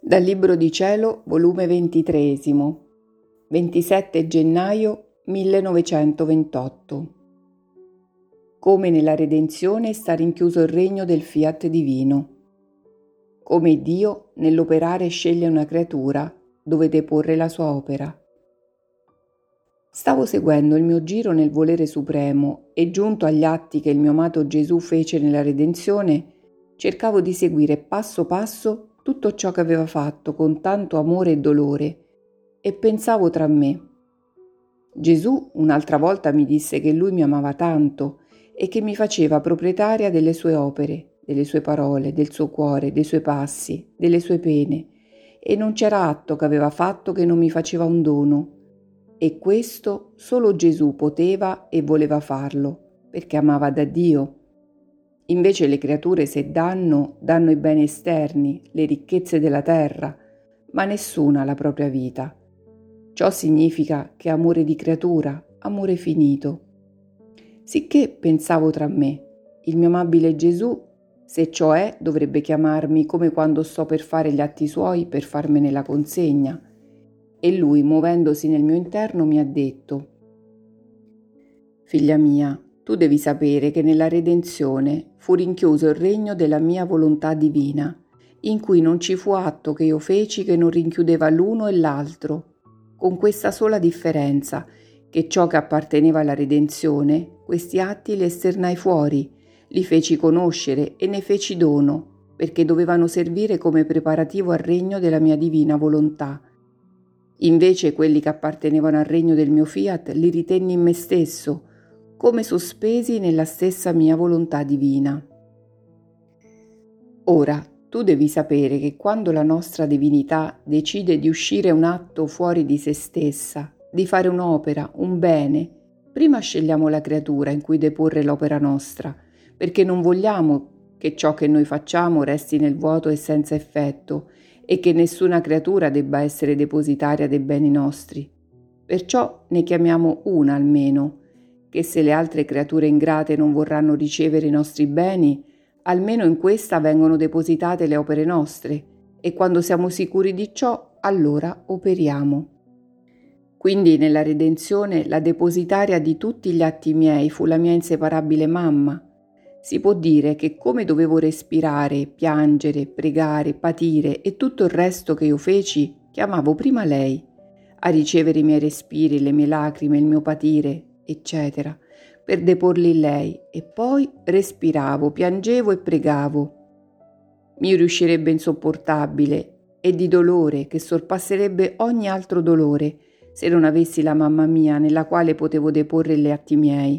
Dal Libro di Cielo, volume 23, 27 gennaio 1928. Come nella redenzione sta rinchiuso il regno del fiat divino. Come Dio nell'operare sceglie una creatura dove deporre la sua opera. Stavo seguendo il mio giro nel volere supremo e, giunto agli atti che il mio amato Gesù fece nella redenzione, cercavo di seguire passo passo tutto ciò che aveva fatto con tanto amore e dolore, e pensavo tra me: Gesù un'altra volta mi disse che lui mi amava tanto e che mi faceva proprietaria delle sue opere, delle sue parole, del suo cuore, dei suoi passi, delle sue pene, e non c'era atto che aveva fatto che non mi faceva un dono, e questo solo Gesù poteva e voleva farlo, perché amava da Dio. Invece le creature, se danno i beni esterni, le ricchezze della terra, ma nessuna la propria vita. Ciò significa che amore di creatura, amore finito. Sicché pensavo tra me: il mio amabile Gesù, se ciò è, dovrebbe chiamarmi come quando sto per fare gli atti suoi per farmene la consegna. E lui, muovendosi nel mio interno, mi ha detto: figlia mia, tu devi sapere che nella redenzione fu rinchiuso il regno della mia volontà divina, in cui non ci fu atto che io feci che non rinchiudeva l'uno e l'altro, con questa sola differenza, che ciò che apparteneva alla redenzione, questi atti li esternai fuori, li feci conoscere e ne feci dono, perché dovevano servire come preparativo al regno della mia divina volontà. Invece quelli che appartenevano al regno del mio fiat li ritenni in me stesso, come sospesi nella stessa mia volontà divina. Ora, tu devi sapere che quando la nostra divinità decide di uscire un atto fuori di se stessa, di fare un'opera, un bene, prima scegliamo la creatura in cui deporre l'opera nostra, perché non vogliamo che ciò che noi facciamo resti nel vuoto e senza effetto, e che nessuna creatura debba essere depositaria dei beni nostri. Perciò ne chiamiamo una almeno, che se le altre creature ingrate non vorranno ricevere i nostri beni, almeno in questa vengono depositate le opere nostre, e quando siamo sicuri di ciò, allora operiamo. Quindi nella redenzione la depositaria di tutti gli atti miei fu la mia inseparabile mamma. Si può dire che come dovevo respirare, piangere, pregare, patire e tutto il resto che io feci, chiamavo prima lei, a ricevere i miei respiri, le mie lacrime, il mio patire, eccetera, per deporli in lei, e poi respiravo, piangevo e pregavo. Mi riuscirebbe insopportabile e di dolore che sorpasserebbe ogni altro dolore se non avessi la mamma mia nella quale potevo deporre gli atti miei.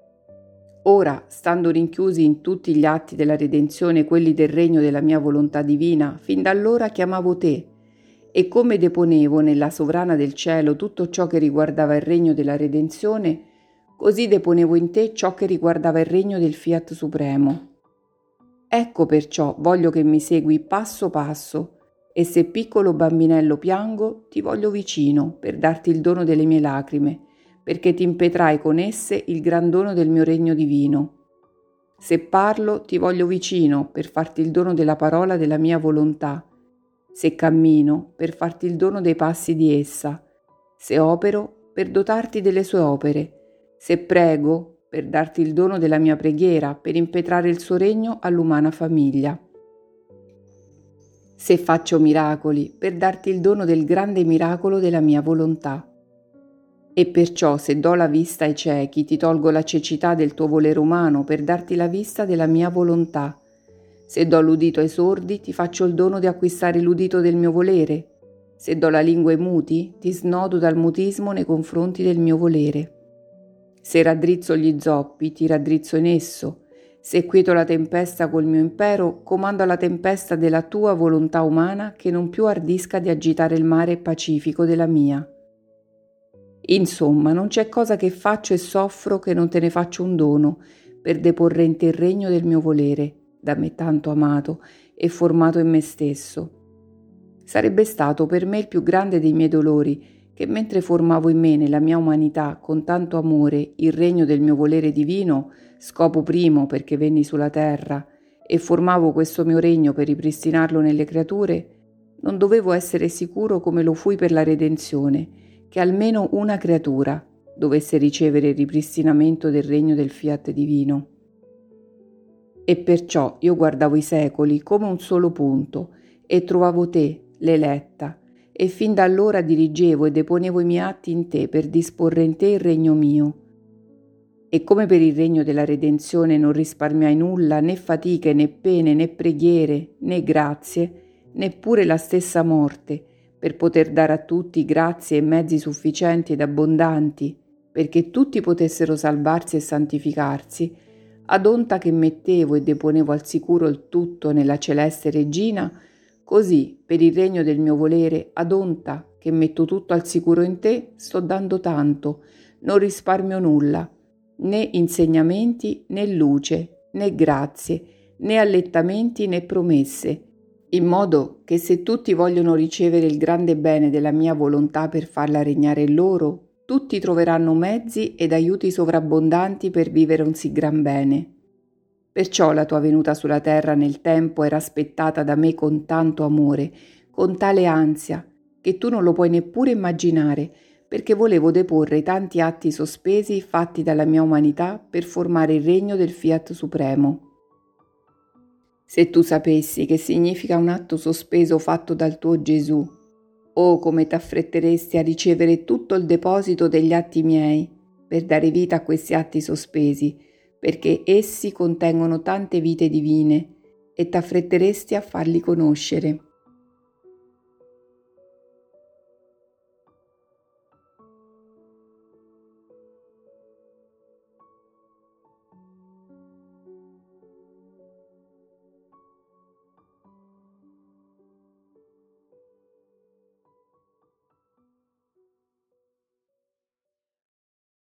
Ora, stando rinchiusi in tutti gli atti della redenzione quelli del regno della mia volontà divina, fin da allora chiamavo te, e come deponevo nella sovrana del cielo tutto ciò che riguardava il regno della redenzione, così deponevo in te ciò che riguardava il regno del fiat supremo. Ecco perciò voglio che mi segui passo passo, e se piccolo bambinello piango, ti voglio vicino per darti il dono delle mie lacrime, perché ti impetrai con esse il gran dono del mio regno divino. Se parlo, ti voglio vicino per farti il dono della parola della mia volontà. Se cammino, per farti il dono dei passi di essa. Se opero, per dotarti delle sue opere. Se prego, per darti il dono della mia preghiera, per impetrare il suo regno all'umana famiglia. Se faccio miracoli, per darti il dono del grande miracolo della mia volontà. E perciò se do la vista ai ciechi, ti tolgo la cecità del tuo volere umano per darti la vista della mia volontà. Se do l'udito ai sordi, ti faccio il dono di acquistare l'udito del mio volere. Se do la lingua ai muti, ti snodo dal mutismo nei confronti del mio volere. Se raddrizzo gli zoppi, ti raddrizzo in esso. Se quieto la tempesta col mio impero, comando alla tempesta della tua volontà umana che non più ardisca di agitare il mare pacifico della mia. Insomma, non c'è cosa che faccio e soffro che non te ne faccio un dono per deporre in te il regno del mio volere, da me tanto amato e formato in me stesso. Sarebbe stato per me il più grande dei miei dolori che mentre formavo in me nella mia umanità con tanto amore il regno del mio volere divino, scopo primo perché venni sulla terra, e formavo questo mio regno per ripristinarlo nelle creature, non dovevo essere sicuro come lo fui per la redenzione, che almeno una creatura dovesse ricevere il ripristinamento del regno del fiat divino. E perciò io guardavo i secoli come un solo punto e trovavo te, l'eletta, e fin da allora dirigevo e deponevo i miei atti in te per disporre in te il regno mio. E come per il regno della redenzione non risparmiai nulla, né fatiche, né pene, né preghiere, né grazie, neppure la stessa morte, per poter dare a tutti grazie e mezzi sufficienti ed abbondanti, perché tutti potessero salvarsi e santificarsi, ad onta che mettevo e deponevo al sicuro il tutto nella celeste regina, così per il regno del mio volere, ad onta che metto tutto al sicuro in te, sto dando tanto, non risparmio nulla, né insegnamenti, né luce, né grazie, né allettamenti, né promesse, in modo che se tutti vogliono ricevere il grande bene della mia volontà per farla regnare in loro, tutti troveranno mezzi ed aiuti sovrabbondanti per vivere un sì gran bene. Perciò la tua venuta sulla terra nel tempo era aspettata da me con tanto amore, con tale ansia, che tu non lo puoi neppure immaginare, perché volevo deporre i tanti atti sospesi fatti dalla mia umanità per formare il regno del Fiat Supremo. Se tu sapessi che significa un atto sospeso fatto dal tuo Gesù, oh come t'affretteresti a ricevere tutto il deposito degli atti miei per dare vita a questi atti sospesi, perché essi contengono tante vite divine, e t'affretteresti a farli conoscere.